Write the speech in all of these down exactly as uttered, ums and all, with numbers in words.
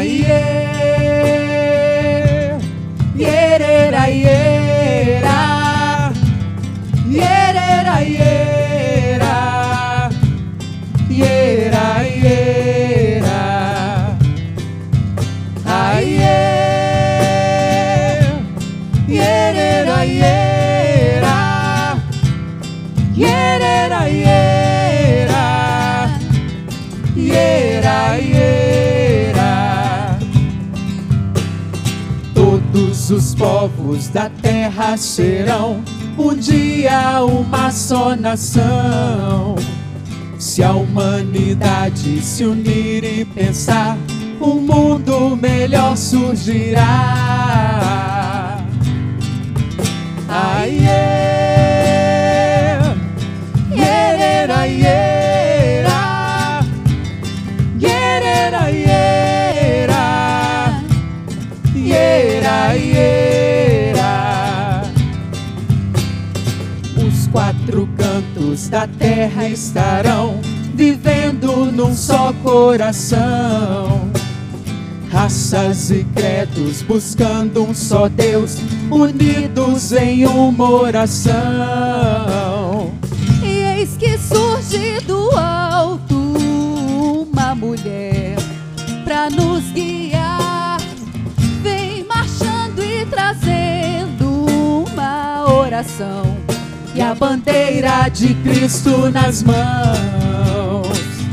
Yerera, yera, yerera, yera, yera, yera, aie, yerera, yera, yerera, yera, yera, yera. Todos os povos da terra serão um dia uma só nação. Se a humanidade se unir e pensar, um mundo melhor surgirá. Aie, yerera, yera, yerera, yera, yera, yera. Os quatro cantos da terra estarão vivendo num só coração. Raças e credos buscando um só Deus, unidos em uma oração. E eis que surge do alto uma mulher pra nos guiar. Vem marchando e trazendo uma oração e a bandeira de Cristo nas mãos.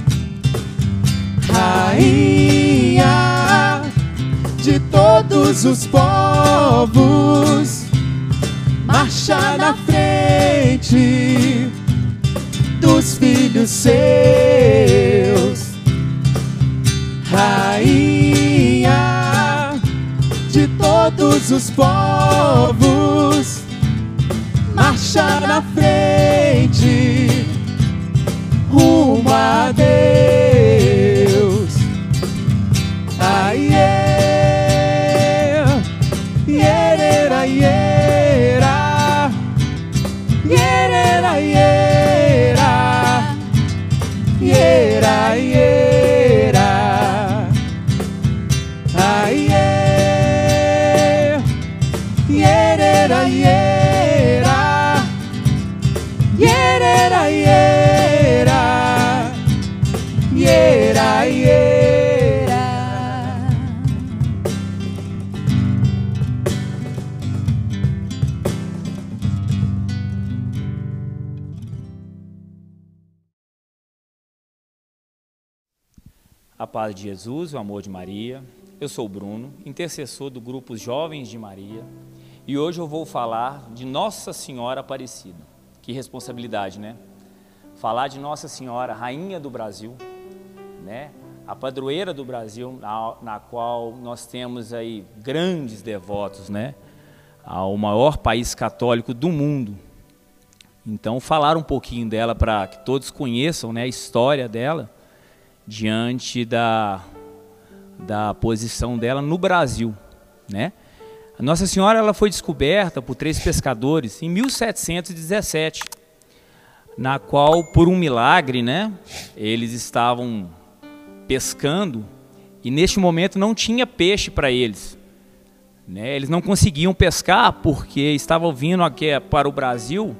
Rainha de todos os povos, marcha na frente dos filhos seus. Rainha de todos os povos, marcha na frente rumo a Deus. Aie, yerera, yera, yerera, yera, yera, yera. Aie, yerera, yera, yerera, yera, yera, yera. A paz de Jesus, o amor de Maria. Eu sou o Bruno, intercessor do grupo Jovens de Maria, e hoje eu vou falar de Nossa Senhora Aparecida. Que responsabilidade, né? Falar de Nossa Senhora, Rainha do Brasil, né? A padroeira do Brasil, na, na qual nós temos aí grandes devotos, né? Ao maior país católico do mundo. Então, falar um pouquinho dela para que todos conheçam, né, a história dela, diante da, da posição dela no Brasil, né? A Nossa Senhora ela foi descoberta por três pescadores em mil setecentos e dezessete, na qual, por um milagre, né, eles estavam pescando e neste momento não tinha peixe para eles, né? Eles não conseguiam pescar porque estavam vindo aqui para o Brasil,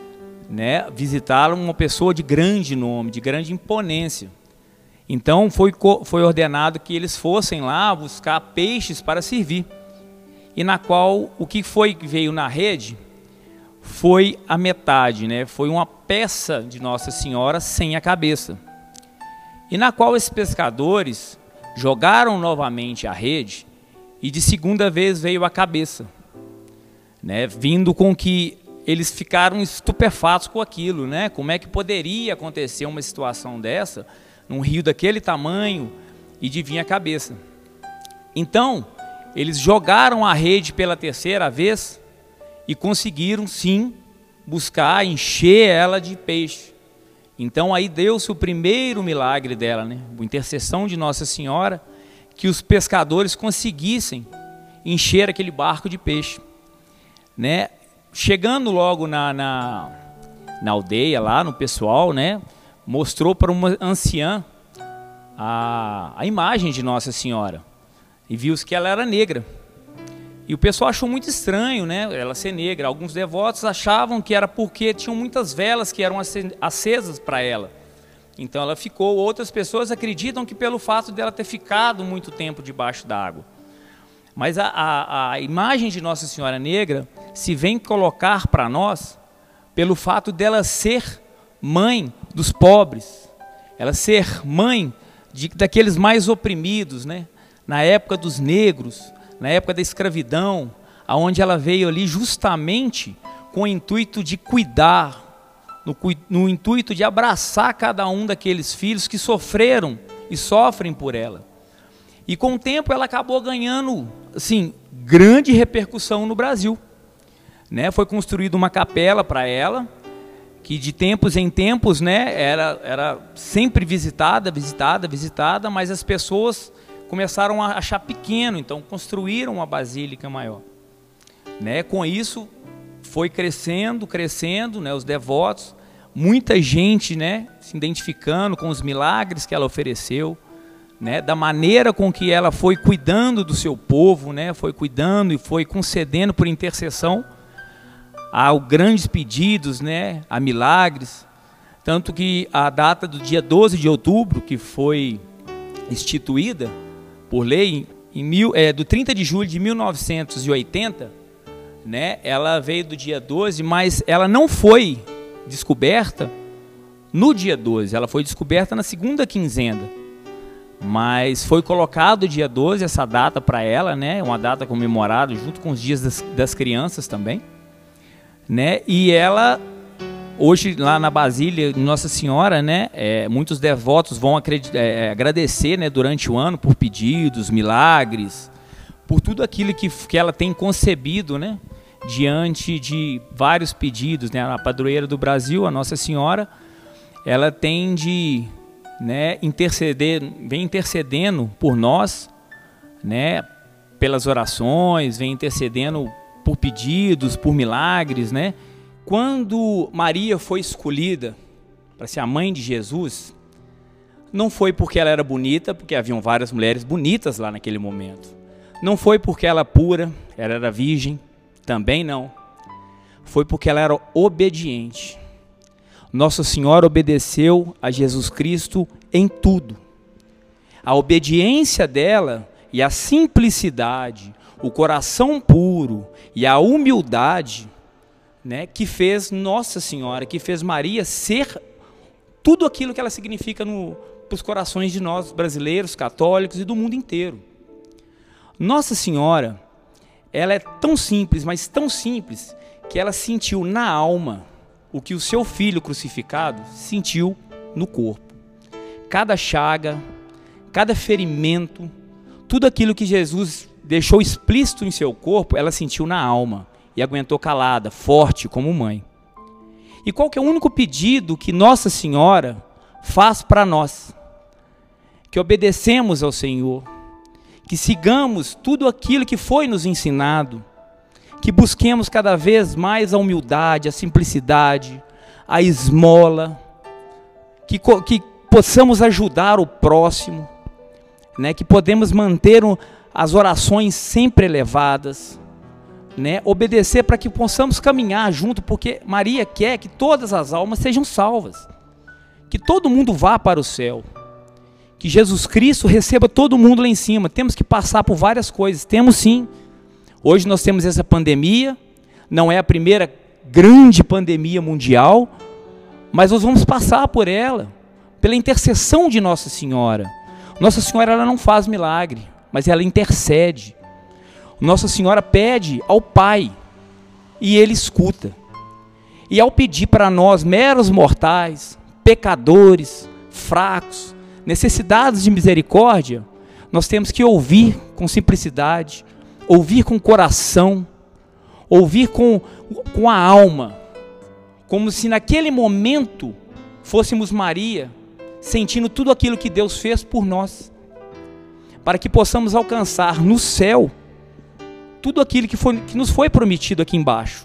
né, visitar uma pessoa de grande nome, de grande imponência. Então foi, foi ordenado que eles fossem lá buscar peixes para servir. E na qual o que foi que veio na rede foi a metade, né? Foi uma peça de Nossa Senhora sem a cabeça. E na qual esses pescadores jogaram novamente a rede e de segunda vez veio a cabeça, né? Vindo com que eles ficaram estupefatos com aquilo, né? Como é que poderia acontecer uma situação dessa num rio daquele tamanho e de vir a cabeça? Então, eles jogaram a rede pela terceira vez e conseguiram, sim, buscar, encher ela de peixe. Então, aí deu-se o primeiro milagre dela, né? A intercessão de Nossa Senhora, que os pescadores conseguissem encher aquele barco de peixe, né? Chegando logo na, na, na aldeia, lá no pessoal, né? Mostrou para uma anciã a, a imagem de Nossa Senhora, e viu-se que ela era negra. E o pessoal achou muito estranho, né, ela ser negra. Alguns devotos achavam que era porque tinham muitas velas que eram acesas para ela. Então ela ficou. Outras pessoas acreditam que pelo fato dela ter ficado muito tempo debaixo d'água. Mas a, a, a imagem de Nossa Senhora Negra se vem colocar para nós pelo fato dela ser mãe dos pobres, ela ser mãe de, daqueles mais oprimidos, né? Na época dos negros, na época da escravidão, aonde ela veio ali justamente com o intuito de cuidar, no, no intuito de abraçar cada um daqueles filhos que sofreram e sofrem por ela. E com o tempo ela acabou ganhando, assim, grande repercussão no Brasil, né? Foi construída uma capela para ela, que de tempos em tempos, né, era, era sempre visitada, visitada, visitada, mas as pessoas começaram a achar pequeno, então construíram uma basílica maior, né? Com isso foi crescendo, crescendo, né, os devotos, muita gente, né, se identificando com os milagres que ela ofereceu, né, da maneira com que ela foi cuidando do seu povo, né, foi cuidando e foi concedendo por intercessão a grandes pedidos, né, a milagres, tanto que a data do dia doze de outubro, que foi instituída por lei, em mil, é, do trinta de julho de mil novecentos e oitenta, né, ela veio do dia doze, mas ela não foi descoberta no dia doze, ela foi descoberta na segunda quinzena, mas foi colocado o dia doze, essa data para ela, né, uma data comemorada junto com os dias das, das crianças também, né, e ela, hoje lá na Basílica Nossa Senhora, né, é, muitos devotos vão acreditar, é, agradecer, né, durante o ano por pedidos, milagres, por tudo aquilo que, que ela tem concebido, né, diante de vários pedidos, né, a padroeira do Brasil, a Nossa Senhora, ela tem de, né, interceder, vem intercedendo por nós, né, pelas orações, vem intercedendo por pedidos, por milagres, né? Quando Maria foi escolhida para ser a mãe de Jesus, não foi porque ela era bonita, porque haviam várias mulheres bonitas lá naquele momento. Não foi porque ela era pura, ela era virgem, também não. Foi porque ela era obediente. Nossa Senhora obedeceu a Jesus Cristo em tudo. A obediência dela e a simplicidade, o coração puro e a humildade, né, que fez Nossa Senhora, que fez Maria ser tudo aquilo que ela significa para os corações de nós brasileiros, católicos e do mundo inteiro. Nossa Senhora, ela é tão simples, mas tão simples, que ela sentiu na alma o que o seu filho crucificado sentiu no corpo. Cada chaga, cada ferimento, tudo aquilo que Jesus deixou explícito em seu corpo, ela sentiu na alma e aguentou calada, forte como mãe. E qual que é o único pedido que Nossa Senhora faz para nós? Que obedecemos ao Senhor, que sigamos tudo aquilo que foi nos ensinado, que busquemos cada vez mais a humildade, a simplicidade, a esmola, que, que possamos ajudar o próximo, né? Que podemos manter um, as orações sempre elevadas, né? Obedecer para que possamos caminhar junto, porque Maria quer que todas as almas sejam salvas, que todo mundo vá para o céu, que Jesus Cristo receba todo mundo lá em cima. Temos que passar por várias coisas, temos sim. Hoje nós temos essa pandemia, não é a primeira grande pandemia mundial, mas nós vamos passar por ela, pela intercessão de Nossa Senhora. Nossa Senhora, ela não faz milagre, mas ela intercede. Nossa Senhora pede ao Pai e Ele escuta. E ao pedir para nós, meros mortais, pecadores, fracos, necessitados de misericórdia, nós temos que ouvir com simplicidade, ouvir com o coração, ouvir com, com a alma, como se naquele momento fôssemos Maria, sentindo tudo aquilo que Deus fez por nós, para que possamos alcançar no céu tudo aquilo que, foi, que nos foi prometido aqui embaixo.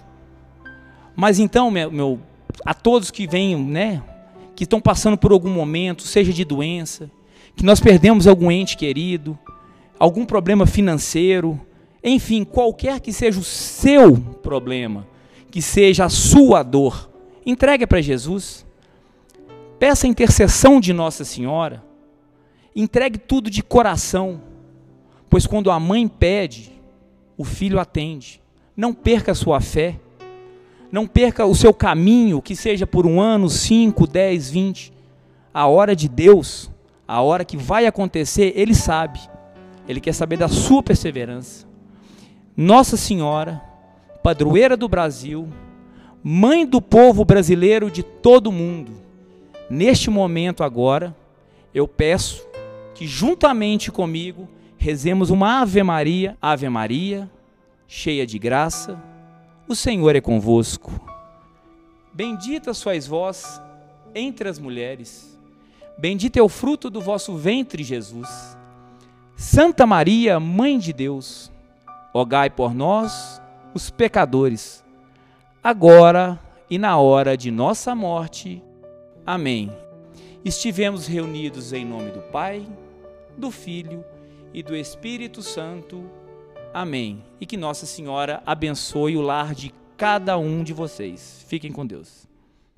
Mas então, meu, meu, a todos que venham, né, que estão passando por algum momento, seja de doença, que nós perdemos algum ente querido, algum problema financeiro, enfim, qualquer que seja o seu problema, que seja a sua dor, entregue para Jesus. Peça a intercessão de Nossa Senhora. Entregue tudo de coração, pois quando a mãe pede, o filho atende. Não perca a sua fé. Não perca o seu caminho, que seja por um ano, cinco, dez, vinte. A hora de Deus, a hora que vai acontecer, Ele sabe. Ele quer saber da sua perseverança. Nossa Senhora, padroeira do Brasil, mãe do povo brasileiro de todo o mundo, neste momento agora, eu peço que juntamente comigo rezemos uma Ave Maria. Ave Maria, cheia de graça, o Senhor é convosco. Bendita sois vós entre as mulheres, bendito é o fruto do vosso ventre, Jesus. Santa Maria, Mãe de Deus, rogai por nós, os pecadores, agora e na hora de nossa morte. Amém. Estivemos reunidos em nome do Pai, do Filho e do Espírito Santo. Amém. E que Nossa Senhora abençoe o lar de cada um de vocês. Fiquem com Deus.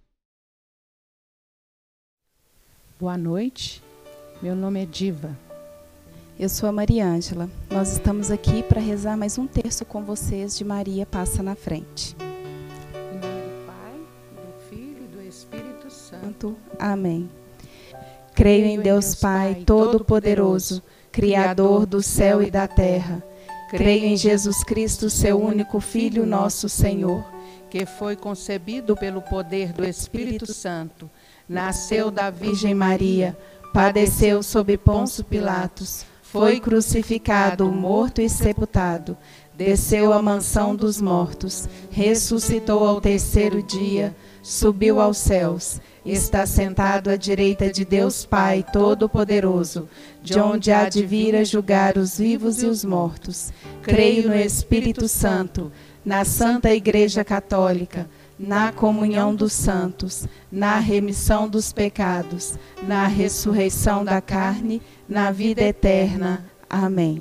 Boa noite. Meu nome é Diva. Eu sou a Maria Ângela. Nós estamos aqui para rezar mais um terço com vocês de Maria Passa na Frente. Em nome do Pai, do Filho e do Espírito Santo. Amém. Creio em Deus Pai Todo-Poderoso, Criador do céu e da terra. Creio em Jesus Cristo, seu único Filho, nosso Senhor, que foi concebido pelo poder do Espírito Santo, nasceu da Virgem Maria, padeceu sob Pôncio Pilatos, foi crucificado, morto e sepultado, desceu à mansão dos mortos, ressuscitou ao terceiro dia, subiu aos céus, está sentado à direita de Deus Pai Todo-Poderoso, de onde há de vir a julgar os vivos e os mortos. Creio no Espírito Santo, na Santa Igreja Católica, na comunhão dos santos, na remissão dos pecados, na ressurreição da carne, na vida eterna. Amém.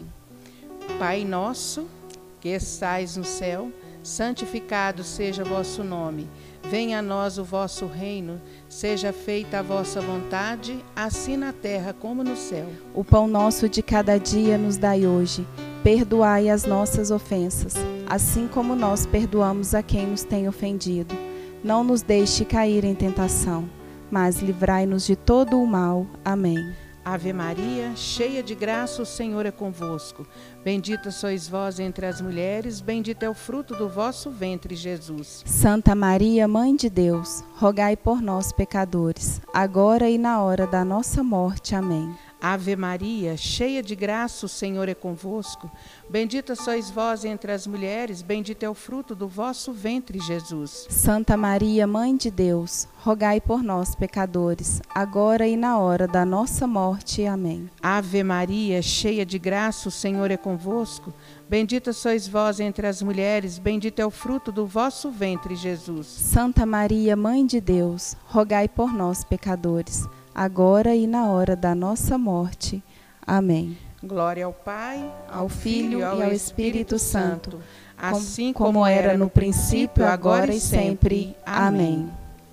Pai nosso, que estais no céu, santificado seja o vosso nome. Venha a nós o vosso reino, seja feita a vossa vontade, assim na terra como no céu. O pão nosso de cada dia nos dai hoje. Perdoai as nossas ofensas, assim como nós perdoamos a quem nos tem ofendido. Não nos deixe cair em tentação, mas livrai-nos de todo o mal. Amém. Ave Maria, cheia de graça, o Senhor é convosco. Bendita sois vós entre as mulheres, bendito é o fruto do vosso ventre, Jesus. Santa Maria, Mãe de Deus, rogai por nós, pecadores, agora e na hora da nossa morte. Amém. Ave Maria, cheia de graça, o Senhor é convosco. Bendita sois vós entre as mulheres, bendito é o fruto do vosso ventre, Jesus. Santa Maria, Mãe de Deus, rogai por nós, pecadores, agora e na hora da nossa morte. Amém. Ave Maria, cheia de graça, o Senhor é convosco. Bendita sois vós entre as mulheres, bendito é o fruto do vosso ventre, Jesus. Santa Maria, Mãe de Deus, rogai por nós, pecadores, agora e na hora da nossa morte. Amém. Glória ao Pai, ao Filho e ao Espírito Santo, assim como era no princípio, agora e sempre. Amém.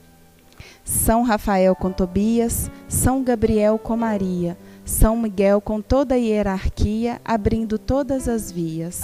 São Rafael com Tobias, São Gabriel com Maria, São Miguel com toda a hierarquia, abrindo todas as vias.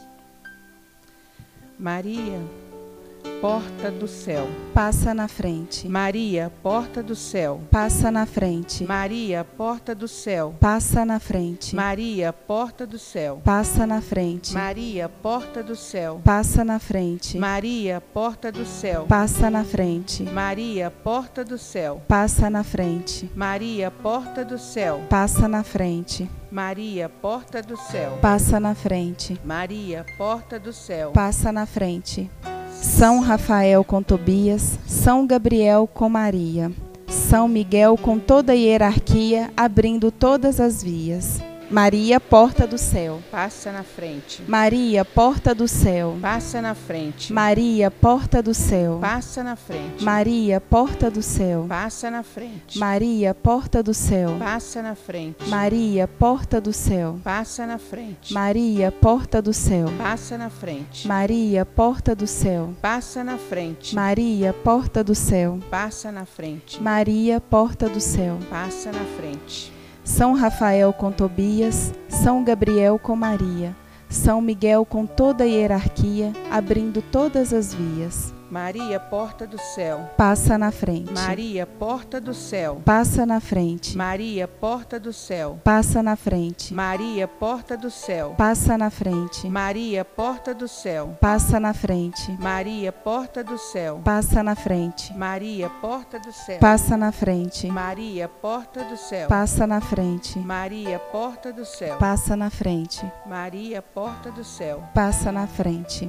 Maria, porta do céu, passa na frente. Maria, porta do céu, passa na frente. Maria, porta do céu, passa na frente. Maria, porta do céu, passa na frente. Maria, porta do céu, passa na frente. Maria, porta do céu, passa na frente. Maria, porta do céu, passa na frente. Maria, porta do céu, passa na frente. Maria, porta do céu, passa na frente. Maria, porta do céu, passa na frente. São Rafael com Tobias, São Gabriel com Maria, São Miguel com toda a hierarquia, abrindo todas as vias. Maria, porta do céu. Passa na frente. Maria, porta do céu. Passa na frente. Maria, porta do céu. Passa na frente. Maria, porta do céu. Passa na frente. Maria, porta do céu. Passa na frente. Maria, porta do céu. Passa na frente. Maria, porta do céu. Passa na frente. Maria, porta do céu. Passa na frente. Maria, porta do céu. Passa na frente. Maria, porta do céu. Passa na frente. São Rafael com Tobias, São Gabriel com Maria, São Miguel com toda a hierarquia, abrindo todas as vias. Maria, porta do céu. Passa na frente. Maria, porta do céu. Passa na frente. Maria, porta do céu. Passa na frente. Maria, porta do céu. Passa na frente. Maria, porta do céu. Passa na frente. Maria, porta do céu. Passa na frente. Maria, porta do céu. Passa na frente. Maria, porta do céu. Passa na frente. Maria, porta do céu. Passa na frente. Maria, porta do céu. Passa na frente.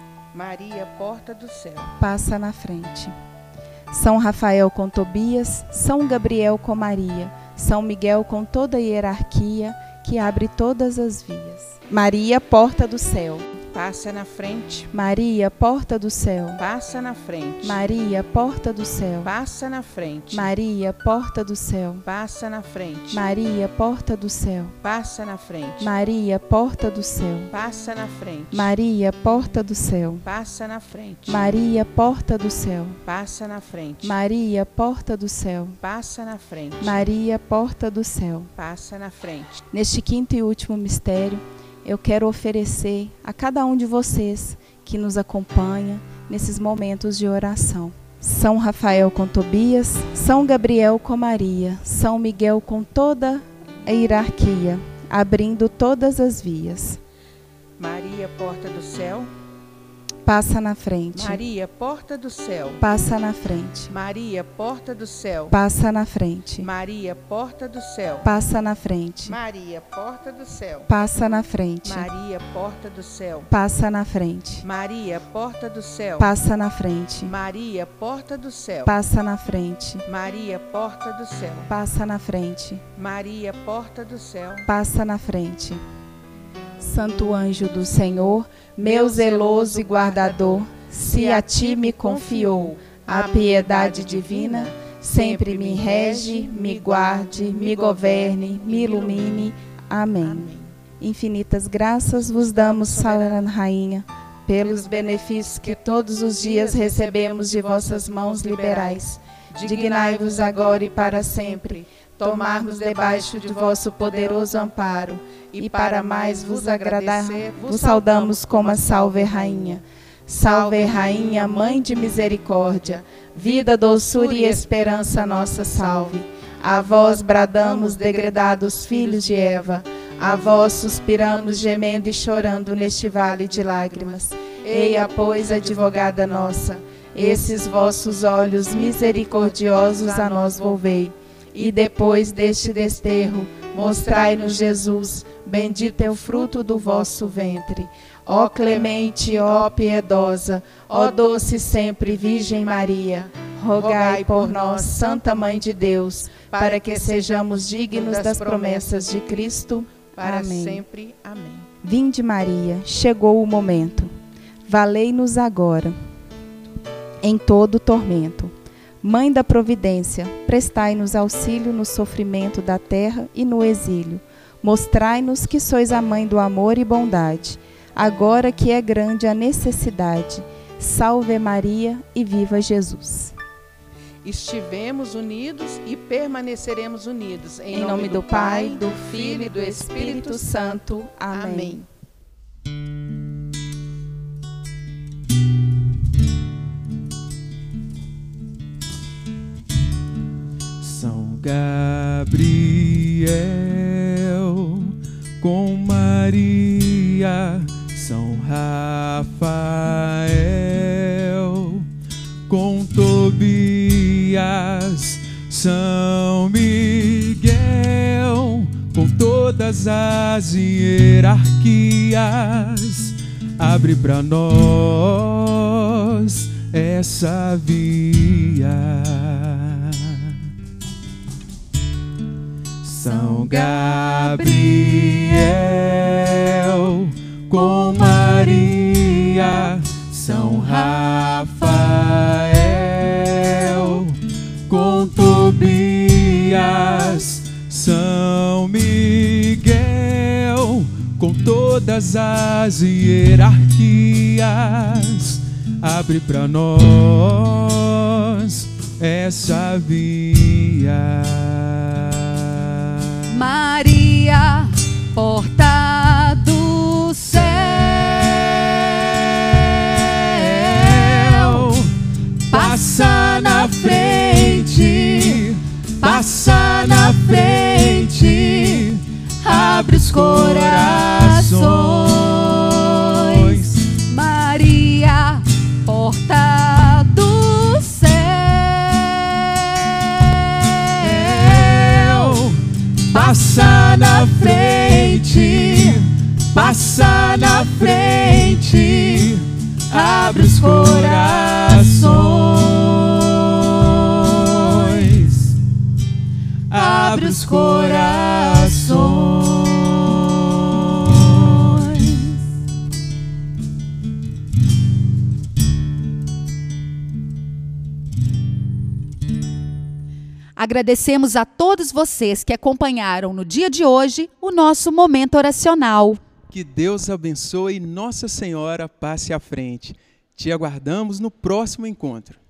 Maria, porta do céu. Passa na frente. São Rafael com Tobias, São Gabriel com Maria, São Miguel com toda a hierarquia, que abre todas as vias. Maria, porta do céu. Passa na frente. Maria, porta do céu. Passa na frente. Maria, porta do céu. Passa na frente. Maria, porta do céu. Passa na frente. Maria, porta do céu. Passa na frente. Maria, porta do céu. Passa na frente. Maria, porta do céu. Passa na frente. Maria, porta do céu. Passa na frente. Maria, porta do céu. Passa na frente. Maria, porta do céu. Passa na frente. Neste quinto e último mistério, eu quero oferecer a cada um de vocês que nos acompanha nesses momentos de oração. São Rafael com Tobias, São Gabriel com Maria, São Miguel com toda a hierarquia, abrindo todas as vias. Maria, porta do céu. Passa na frente. Maria, porta do céu. Passa na frente. Maria, porta do céu. Passa na frente. Maria, porta do céu. Passa na frente. Maria, porta do céu. Passa na frente. Maria, porta do céu. Passa na frente. Maria, porta do céu. Passa na frente. Maria, porta do céu. Passa na frente. Maria, porta do céu. Passa na frente. Maria, porta do céu. Passa na frente. Santo anjo do Senhor, meu zeloso e guardador, se a ti me confiou a piedade divina, sempre me rege, me guarde, me governe, me ilumine. Amém. Amém. Infinitas graças vos damos, soberana Rainha, pelos benefícios que todos os dias recebemos de vossas mãos liberais. Dignai-vos agora e para sempre tomarmos debaixo de vosso poderoso amparo, e para mais vos agradar, vos saudamos como a Salve Rainha. Salve Rainha, Mãe de Misericórdia, vida, doçura e esperança nossa salve. A vós bradamos, degredados filhos de Eva, a vós suspiramos, gemendo e chorando neste vale de lágrimas. Eia, pois, advogada nossa, esses vossos olhos misericordiosos a nós volvei. E depois deste desterro, mostrai-nos Jesus, bendito é o fruto do vosso ventre. Ó clemente, ó piedosa, ó doce sempre Virgem Maria, rogai por nós, Santa Mãe de Deus, para que sejamos dignos das promessas de Cristo. Para Amém. sempre. Amém. Vinde Maria, chegou o momento. Valei-nos agora, em todo tormento. Mãe da providência, prestai-nos auxílio no sofrimento da terra e no exílio. Mostrai-nos que sois a mãe do amor e bondade, agora que é grande a necessidade. Salve Maria e viva Jesus. Estivemos unidos e permaneceremos unidos. Em, em nome, nome do Pai, do Filho e do Espírito Santo. Amém. Amém. São Gabriel com Maria, São Rafael com Tobias, São Miguel com todas as hierarquias, abre para nós essa via. São São Gabriel com Maria, São Rafael com Tobias, São Miguel com todas as hierarquias. Abre para nós essa via. Maria, porta do céu, passa na frente, passa na frente, abre os corações. Maria, porta do céu, passa na frente, passa na frente, abre os corações, abre os corações. Agradecemos a todos vocês que acompanharam no dia de hoje o nosso momento oracional. Que Deus abençoe e Nossa Senhora passe à frente. Te aguardamos no próximo encontro.